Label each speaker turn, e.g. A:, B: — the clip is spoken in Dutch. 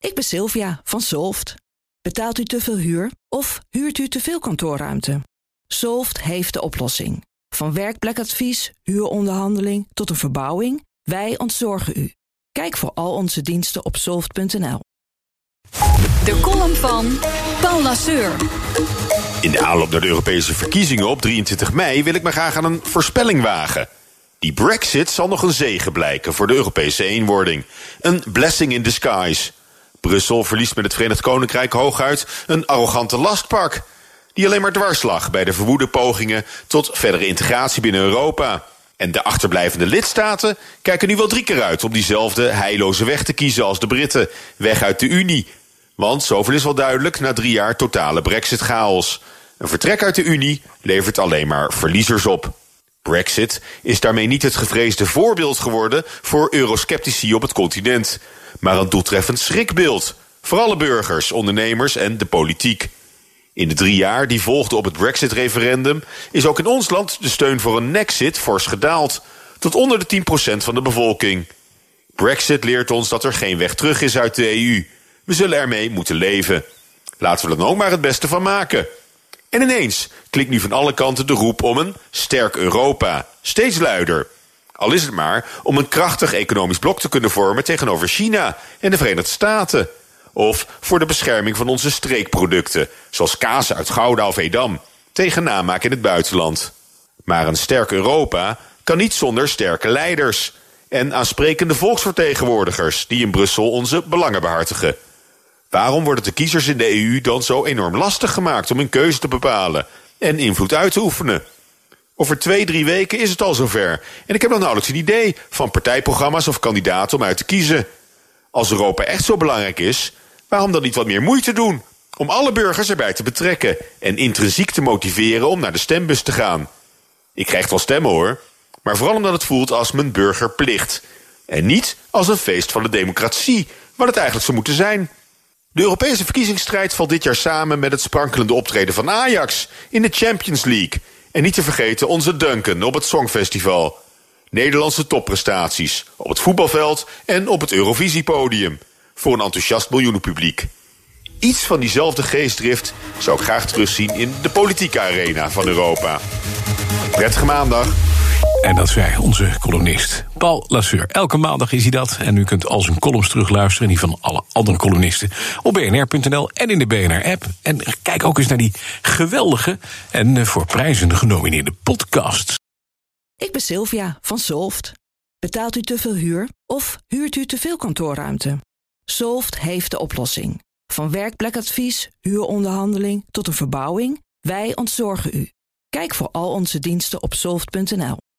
A: Ik ben Sylvia van Solft. Betaalt u te veel huur of huurt u te veel kantoorruimte? Solft heeft de oplossing. Van werkplekadvies, huuronderhandeling tot een verbouwing, wij ontzorgen u. Kijk voor al onze diensten op soft.nl.
B: De column van Paul Lasseur.
C: In de aanloop naar de Europese verkiezingen op 23 mei wil ik me graag aan een voorspelling wagen. Die Brexit zal nog een zegen blijken voor de Europese eenwording. Een blessing in disguise. Brussel verliest met het Verenigd Koninkrijk hooguit een arrogante lastpak, die alleen maar dwars lag bij de verwoede pogingen tot verdere integratie binnen Europa. En de achterblijvende lidstaten kijken nu wel 3 keer uit om diezelfde heilloze weg te kiezen als de Britten, weg uit de Unie. Want zoveel is wel duidelijk na 3 jaar totale Brexit-chaos. Een vertrek uit de Unie levert alleen maar verliezers op. Brexit is daarmee niet het gevreesde voorbeeld geworden voor eurosceptici op het continent, maar een doeltreffend schrikbeeld voor alle burgers, ondernemers en de politiek. In de 3 jaar die volgden op het Brexit-referendum is ook in ons land de steun voor een Nexit fors gedaald, tot onder de 10% van de bevolking. Brexit leert ons dat er geen weg terug is uit de EU. We zullen ermee moeten leven. Laten we er dan ook maar het beste van maken. En ineens klinkt nu van alle kanten de roep om een sterk Europa, steeds luider. Al is het maar om een krachtig economisch blok te kunnen vormen tegenover China en de Verenigde Staten. Of voor de bescherming van onze streekproducten, zoals kaas uit Gouda of Edam, tegen namaak in het buitenland. Maar een sterk Europa kan niet zonder sterke leiders en aansprekende volksvertegenwoordigers die in Brussel onze belangen behartigen. Waarom worden de kiezers in de EU dan zo enorm lastig gemaakt om hun keuze te bepalen en invloed uit te oefenen? Over 2-3 weken is het al zover en ik heb nog nauwelijks een idee van partijprogramma's of kandidaten om uit te kiezen. Als Europa echt zo belangrijk is, waarom dan niet wat meer moeite doen om alle burgers erbij te betrekken en intrinsiek te motiveren om naar de stembus te gaan? Ik krijg wel stemmen hoor, maar vooral omdat het voelt als mijn burgerplicht en niet als een feest van de democratie, wat het eigenlijk zou moeten zijn. De Europese verkiezingsstrijd valt dit jaar samen met het sprankelende optreden van Ajax in de Champions League. En niet te vergeten onze Duncan op het Songfestival. Nederlandse topprestaties op het voetbalveld en op het Eurovisiepodium. Voor een enthousiast miljoenenpubliek. Iets van diezelfde geestdrift zou ik graag terugzien in de politieke arena van Europa. Prettige maandag.
D: En dat zei onze columnist Paul Lasseur. Elke maandag is hij dat. En u kunt al zijn columns terugluisteren, die van alle andere columnisten, op bnr.nl en in de BNR-app. En kijk ook eens naar die geweldige en voor prijzen genomineerde podcasts.
A: Ik ben Sylvia van Solft. Betaalt u te veel huur of huurt u te veel kantoorruimte? Solft heeft de oplossing. Van werkplekadvies, huuronderhandeling tot een verbouwing, wij ontzorgen u. Kijk voor al onze diensten op soft.nl.